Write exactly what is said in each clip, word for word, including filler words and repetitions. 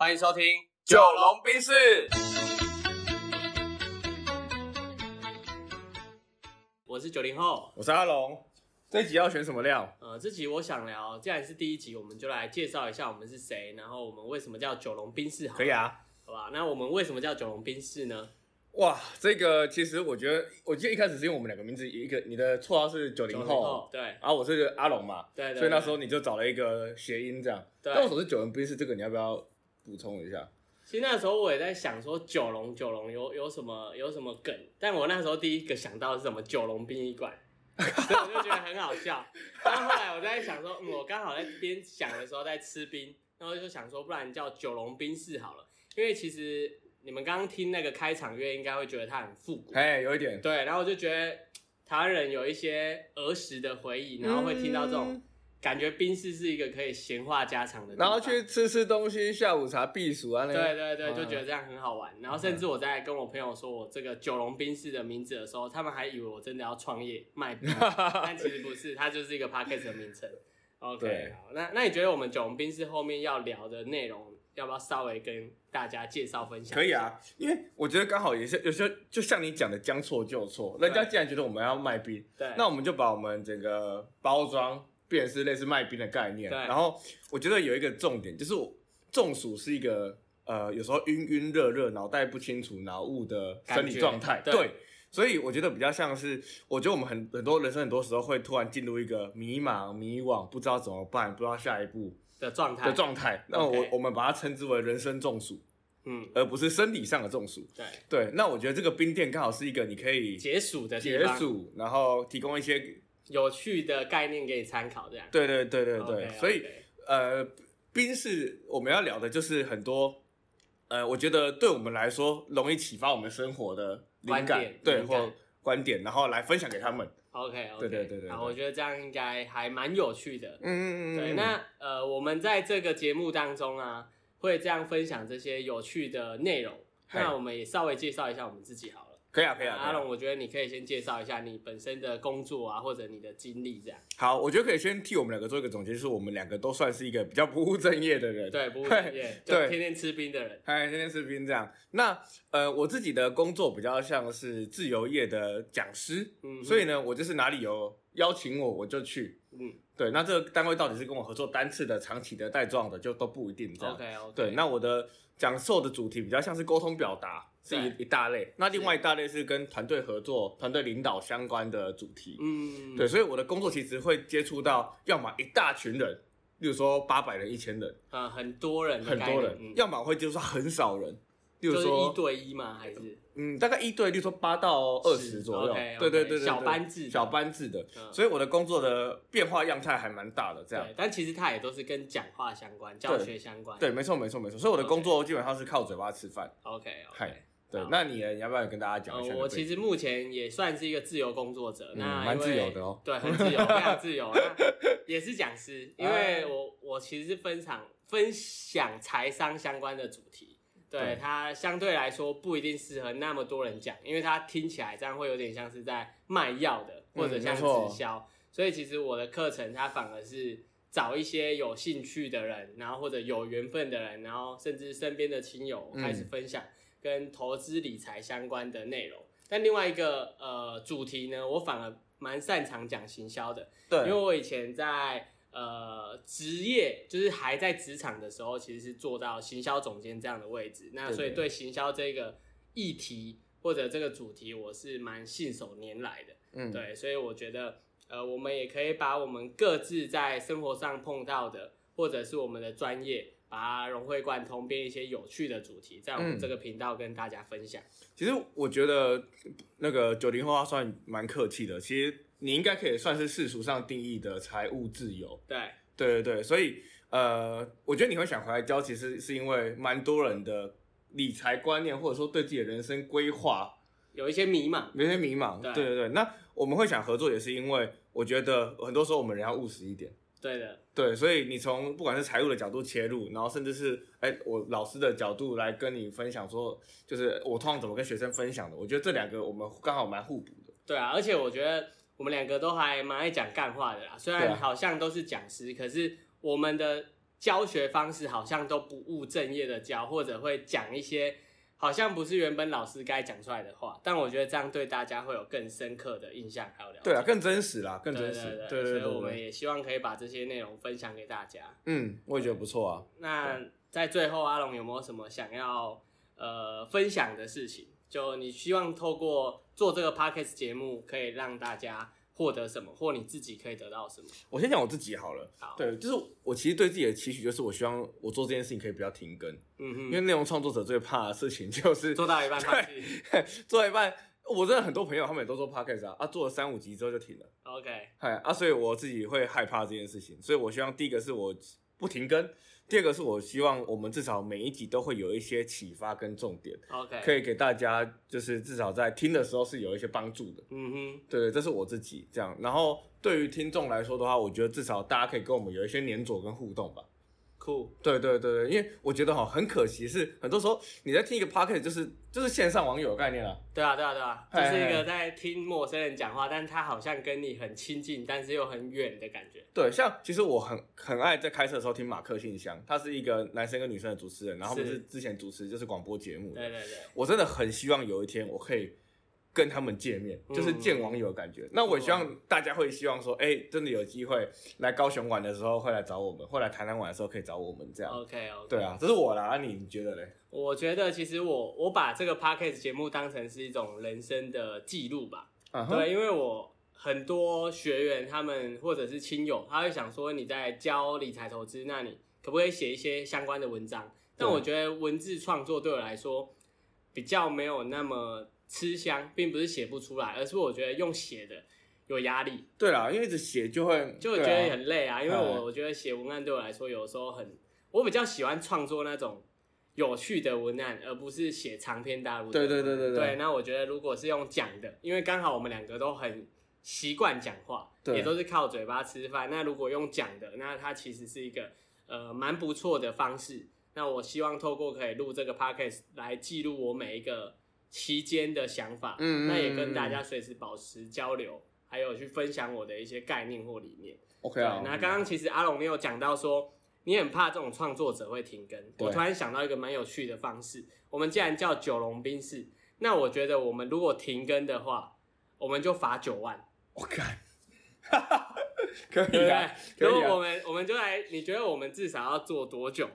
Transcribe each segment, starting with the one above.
欢迎收听九龙冰室。 我是九零后， 我是阿龙。这一集要选什么料？ 呃，这集我想聊，既然是第一集，我们就来介绍一下我们是谁，然后我们为什么叫九龙冰室好。 可以啊， 好吧？那我们为什么叫九龙冰室呢？ 哇，这个其实我觉得，我记得一开始是因为我们两个名字，一个你的绰号是九零后， 对， 然后我是阿龙嘛， 对 对, 对， 所以那时候你就找了一个谐音这样。 对。 那为什么是九龙冰室？这个你要不要补充一下？ 其实那时候我也在想说九龙九龙有有什么有什么梗，但我那时候第一个想到的是什么九龙殡仪馆，所以我就觉得很好笑。然后后来我在想说，嗯，我刚好在边想的时候在吃冰，然后就想说，不然叫九龙冰室好了，因为其实你们刚刚听那个开场乐，应该会觉得它很复古， 哎，有一点。 对，然后我就觉得台湾人有一些儿时的回忆，然后会听到这种。嗯感觉冰室是一个可以闲话家常的地方， 然后去吃吃东西，下午茶避暑啊那。 对对对，就觉得这样很好玩。然后甚至我在跟我朋友说我这个九龙冰室的名字的时候，他们还以为我真的要创业卖冰，但其实不是，它就是一个 podcast 的名称。OK， 好，那那你觉得我们九龙冰室后面要聊的内容，要不要稍微跟大家介绍分享？ 可以啊，因为我觉得刚好也是有时候就像你讲的将错就错，人家既然觉得我们要卖冰， 对， 那我们就把我们整个包装。变成是类似卖冰的概念，然后我觉得有一个重点就是我中暑是一个呃有时候晕晕热热、脑袋不清楚、脑雾的生理状态，对, 对，所以我觉得比较像是，我觉得我们很很多人生很多时候会突然进入一个迷茫、迷惘，不知道怎么办，不知道下一步的状态的状态。那我、okay. 我们把它称之为人生中暑，嗯，而不是生理上的中暑。 对对，那我觉得这个冰店刚好是一个你可以解暑的地方， 解暑，然后提供一些。 有趣的概念给你参考，这样。 对对对对对， okay, 所以 okay. 呃，冰室我们要聊的就是很多，呃，我觉得对我们来说容易启发我们生活的灵感，对灵感或观点，然后来分享给他们。 OK OK， 对对对对， 好，我觉得这样应该还蛮有趣的。 嗯嗯嗯， 对，那呃，我们在这个节目当中啊，会这样分享这些有趣的内容。那我们也稍微介绍一下我们自己好了。 可以啊，可以啊。 阿龙，我觉得你可以先介绍一下你本身的工作啊，或者你的经历这样。 好，我觉得可以先替我们两个做一个总结，就是我们两个都算是一个比较不务正业的人。 对，不务正业，就天天吃冰的人。 哎，天天吃冰这样。那呃，我自己的工作比较像是自由业的讲师，嗯，所以呢，我就是哪里有邀请我，我就去。嗯，对。那这个单位到底是跟我合作单次的、长期的、带状的，就都不一定这样。 OK OK。 对，那我的讲授的主题比较像是沟通表达。是 一, 一大类，那另外一大类是跟团队合作、团队领导相关的主题。嗯，对，所以我的工作其实会接触到，要么一大群人，例如说八百人、一千人， 啊、嗯，很多人的很多人；嗯、要么会接触到很少人，例如说、 就是、一对一吗？还是嗯，大概一对，例如说八到二十左右。 okay, okay, 对对对对， 小班制， 小班制的、嗯。所以我的工作的变化样态还蛮大的，这样。 对，但其实它也都是跟讲话相关、教学相关。 对，对没错没错没错。所以我的工作基本上是靠嘴巴吃饭。 OK OK。 对，那你你要不要跟大家讲一下、 呃？我其实目前也算是一个自由工作者，嗯、那蛮自由的哦。 对，很自由，非常自由。那也是讲师，因为我我其实是分享分享财商相关的主题，对, 对它相对来说不一定适合那么多人讲，因为它听起来这样会有点像是在卖药的，或者像直销、嗯，所以其实我的课程它反而是找一些有兴趣的人，然后或者有缘分的人，然后甚至身边的亲友开始分享。嗯跟投资理财相关的内容，但另外一个呃主题呢，我反而蛮擅长讲行销的，对，因为我以前在呃职业就是还在职场的时候，其实是做到行销总监这样的位置，那所以对行销这个议题或者这个主题，我是蛮信手拈来的，嗯，对，所以我觉得呃我们也可以把我们各自在生活上碰到的，或者是我们的专业。把它融会贯通，编一些有趣的主题，在我们这个频道跟大家分享。 嗯、其实我觉得那个九零后他算蛮客气的，其实你应该可以算是世俗上定义的财务自由。 对， 对对对，所以呃，我觉得你会想回来教，其实是因为蛮多人的理财观念，或者说对自己的人生规划有一些迷茫， 有一些迷茫。对对 对, 对，那我们会想合作，也是因为我觉得很多时候我们人要务实一点。 对的， 对，所以你从不管是财务的角度切入，然后甚至是哎我老师的角度来跟你分享说，就是我通常怎么跟学生分享的，我觉得这两个我们刚好蛮互补的。 对啊，而且我觉得我们两个都还蛮爱讲干话的啦，虽然好像都是讲师，可是我们的教学方式好像都不务正业的教，或者会讲一些好像不是原本老师该讲出来的话，但我觉得这样对大家会有更深刻的印象还有了解。 对啊，更真实啦，更真实。 对对 对, 对, 对, 对, 对, 对， 所以我们也希望可以把这些内容分享给大家。 嗯，我也觉得不错啊。 那在最后，阿龙有没有什么想要呃分享的事情？就你希望透过做这个 podcast 节目，可以让大家获得什么，或你自己可以得到什么？ 我先讲我自己好了。 好， 对，就是我其实对自己的期许，就是我希望我做这件事情可以不要停更。嗯哼，因为内容创作者最怕的事情就是做到一半放弃， 做到一半。我真的很多朋友，他们也都做 podcast 啊，啊，做了三五集之后就停了。 OK， 嗨啊，所以我自己会害怕这件事情，所以我希望第一个是我不停更，第二个是我希望我们至少每一集都会有一些启发跟重点 ，OK， 可以给大家，就是至少在听的时候是有一些帮助的。 嗯哼， 对，这是我自己这样。然后对于听众来说的话，我觉得至少大家可以跟我们有一些黏着跟互动吧。 酷， 对对对对，因为我觉得哈很可惜是，很多时候你在听一个 podcast 就是就是线上网友的概念啊。 对啊对啊对啊，就是一个在听陌生人讲话，但他好像跟你很亲近，但是又很远的感觉。 对，像其实我很很爱在开车的时候听马克信箱，他是一个男生跟女生的主持人，然后他们是之前主持就是广播节目的。 对对对， 我真的很希望有一天我可以跟他们见面，就是见网友的感觉。嗯、那我也希望大家会希望说，哎、欸，真的有机会来高雄玩的时候会来找我们，或来台南玩的时候可以找我们这样。 OK OK。 对啊，这是我啦，啊你觉得嘞？ 我觉得其实我我把这个 podcast 节目当成是一种人生的记录吧。Uh-huh. 对，因为我很多学员他们或者是亲友，他会想说你在教理财投资，那你可不可以写一些相关的文章？但我觉得文字创作对我来说比较没有那么吃香，并不是写不出来，而是我觉得用写的有压力。 对啦，因为一直写就会就觉得很累啊。啊因为我我觉得写文案对我来说有时候很，我比较喜欢创作那种有趣的文案，而不是写长篇大论。 对对对对对。 对，那我觉得如果是用讲的，因为刚好我们两个都很习惯讲话，也都是靠嘴巴吃饭。那如果用讲的，那它其实是一个呃蛮不错的方式。那我希望透过可以录这个 podcast 来记录我每一个期间的想法，嗯，那也跟大家随时保持交流，还有去分享我的一些概念或理念。 OK 啊。 那刚刚其实阿龙你有讲到说，你很怕这种创作者会停更，我突然想到一个蛮有趣的方式。我们既然叫九龙冰室，那我觉得我们如果停更的话，我们就罚九万。 我看，可以啊， 可以啊。如果我们我们就来，你觉得我们至少要做多久？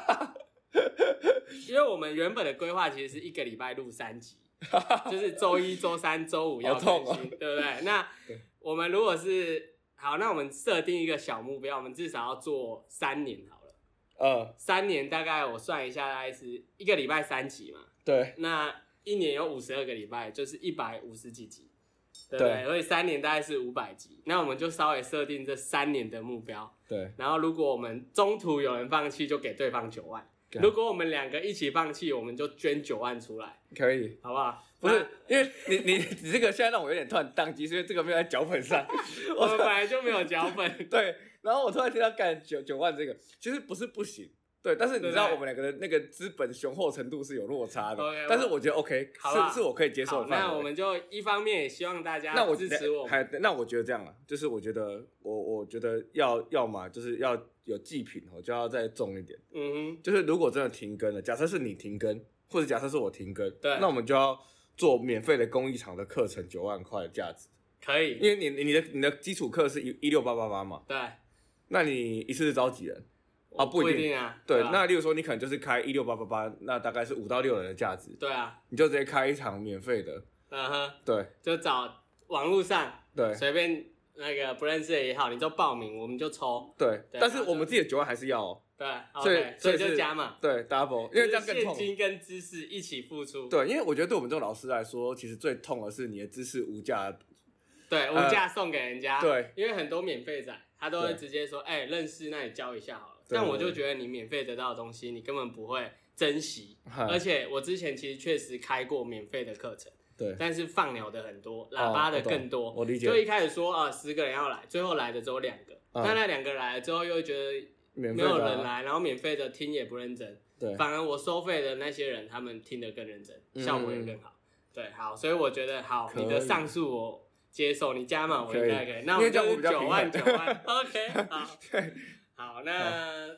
因为我们原本的规划其实是一个礼拜录三集，就是周一、周三、周五要更新，哦、对不对？那我们如果是好，那我们设定一个小目标，我们至少要做三年好了。呃，三年大概我算一下，大概是一个礼拜三集嘛。 对。 那一年有五十二个礼拜，就是一百五十几集，对不对？所以三年大概是五百集。那我们就稍微设定这三年的目标。 对。 然后如果我们中途有人放弃，就给对方九万。如果我们两个一起放弃，我们就捐九万出来， 可以， 好不好？ 不是，因为你你你这个现在让我有点突然宕机，所以这个没有在脚本上。 我们本来就没有脚本。 对，然后我突然听到干九九万这个，其实不是不行，对，但是你知道我们两个的那个资本雄厚程度是有落差的， okay, 但是我觉得 OK， 是是我可以接受的范围。 那我们就一方面也希望大家支持我们， 还那我觉得这样啊，就是我觉得我我觉得要要嘛就是要有祭品哦，就要再重一点。嗯哼，就是如果真的停更了，假设是你停更，或者假设是我停更， 对， 那我们就要做免费的公益场的课程，九万块的价值。 可以， 因为你你的你的基础课是一一六八八八嘛， 对， 那你一次招几人？啊，不一定， 不一定啊。 对， 对啊， 那例如说你可能就是开一六八八八，那大概是五到六人的价值。 对啊， 你就直接开一场免费的。 嗯哼， 对， 就找网络上对随便那个不认识的也好，你就报名，我们就抽。 对，对，但是我们自己的九万还是要哦。 对， 所以 okay, 所以就加嘛。 对 ，double， 因为这样更痛。 现金跟知识一起付出。 对，因为我觉得对我们这种老师来说，其实最痛的是你的知识无价。 对，无价送给人家。 呃、对， 因为很多免费仔他都会直接说，哎、欸，认识那你教一下好了。但我就觉得你免费得到的东西，你根本不会珍惜。而且我之前其实确实开过免费的课程。 对， 但是放鸟的很多，喇叭的更多。 哦、我, 我理解。 就一开始说啊，十个人要来，最后来的只有两个。嗯、但那两个来了之后，又觉得没有人来，然后免费的听也不认真。 对， 反而我收费的那些人，他们听得更认真，嗯、效果也更好。对，好，所以我觉得好，你的上诉我接受，你加码我应该可以。那我们就是九万九万 ，OK， 好，好，那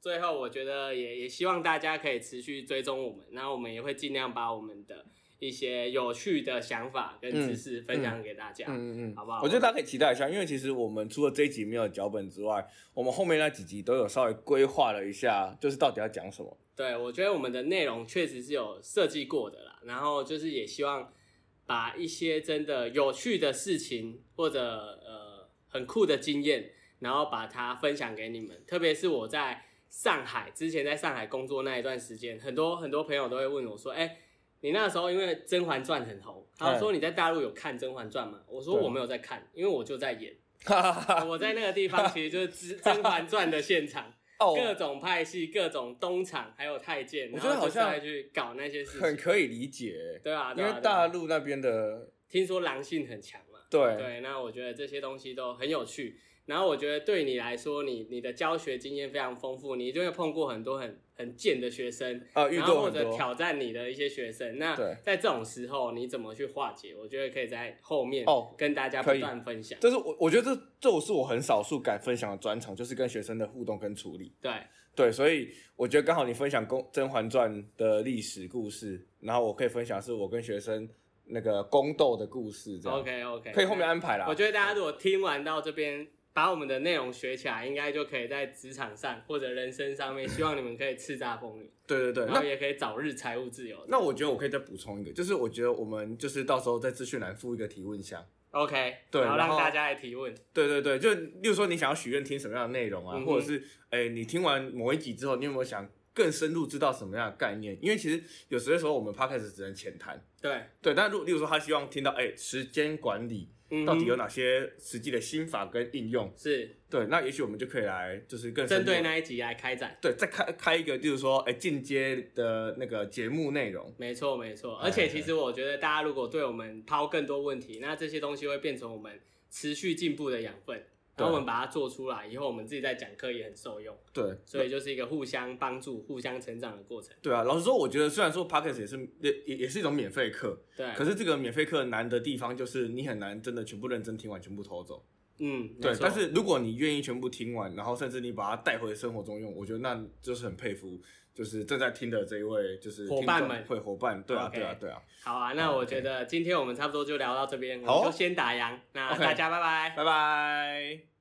最后我觉得也也希望大家可以持续追踪我们，然后我们也会尽量把我们的一些有趣的想法跟知识分享给大家，嗯嗯嗯，好不好？ 我觉得大家可以期待一下，因为其实我们除了这一集没有脚本之外，我们后面那几集都有稍微规划了一下，就是到底要讲什么。 对，我觉得我们的内容确实是有设计过的啦，然后就是也希望把一些真的有趣的事情或者呃很酷的经验，然后把它分享给你们。特别是我在上海之前在上海工作那一段时间，很多很多朋友都会问我说，哎、欸。你那时候因为《甄嬛传》很红，他说你在大陆有看《甄嬛传》吗？我说我没有在看，因为我就在演。我在那个地方其实就是《甄嬛传》的现场，哦、各种派系、各种东厂，还有太监， 我觉得好像去搞那些事情， 很可以理解。 对啊， 因为大陆那边的听说狼性很强嘛。 对对，那我觉得这些东西都很有趣。然后我觉得对你来说，你你的教学经验非常丰富，你一定会碰过很多很很贱的学生， 啊，遇过很多， 然后或者挑战你的一些学生。那在这种时候，你怎么去化解？我觉得可以在后面跟大家不断分享。 这是我我觉得这这是我很少数敢分享的专长，就是跟学生的互动跟处理。 对对，所以我觉得刚好你分享《甄嬛传》的历史故事，然后我可以分享是我跟学生那个宫斗的故事，这样 OK OK， 可以后面安排啦。 我觉得大家如果听完到这边，把我们的内容学起来，应该就可以在职场上或者人生上面，希望你们可以叱咤风云。 对对对， 然后也可以早日财务自由。 那我觉得我可以再补充一个，就是我觉得我们就是到时候在资讯栏附一个提问箱 ，OK， 对， 然后让大家来提问。 对对对，就例如说你想要许愿听什么样的内容啊，嗯、或者是哎你听完某一集之后，你有没有想更深入知道什么样的概念？因为其实有时候我们 podcast 只能浅谈， 对对， 但如例如说他希望听到哎时间管理。到底有哪些实际的心法跟应用？ 是对，那也许我们就可以来，就是更针对那一集来开展。 对，再开开一个，就是说，哎，进阶的那个节目内容。 没错，没错。而且其实我觉得，大家如果对我们抛更多问题，那这些东西会变成我们持续进步的养分。然后我们把它做出来，以后我们自己在讲课也很受用。 对， 所以就是一个互相帮助、互相成长的过程。 对啊，老实说，我觉得虽然说 Podcast 也是也也是一种免费课， 对， 可是这个免费课难的地方就是你很难真的全部认真听完，全部偷走。 嗯， 对。但是如果你愿意全部听完，然后甚至你把它带回生活中用，我觉得那就是很佩服，就是正在听的这一位就是伙伴们， 会伙伴，对啊， okay. 对啊，对啊。 好啊，那我觉得今天我们差不多就聊到这边，我们就先打烊，那大家拜拜， 拜拜。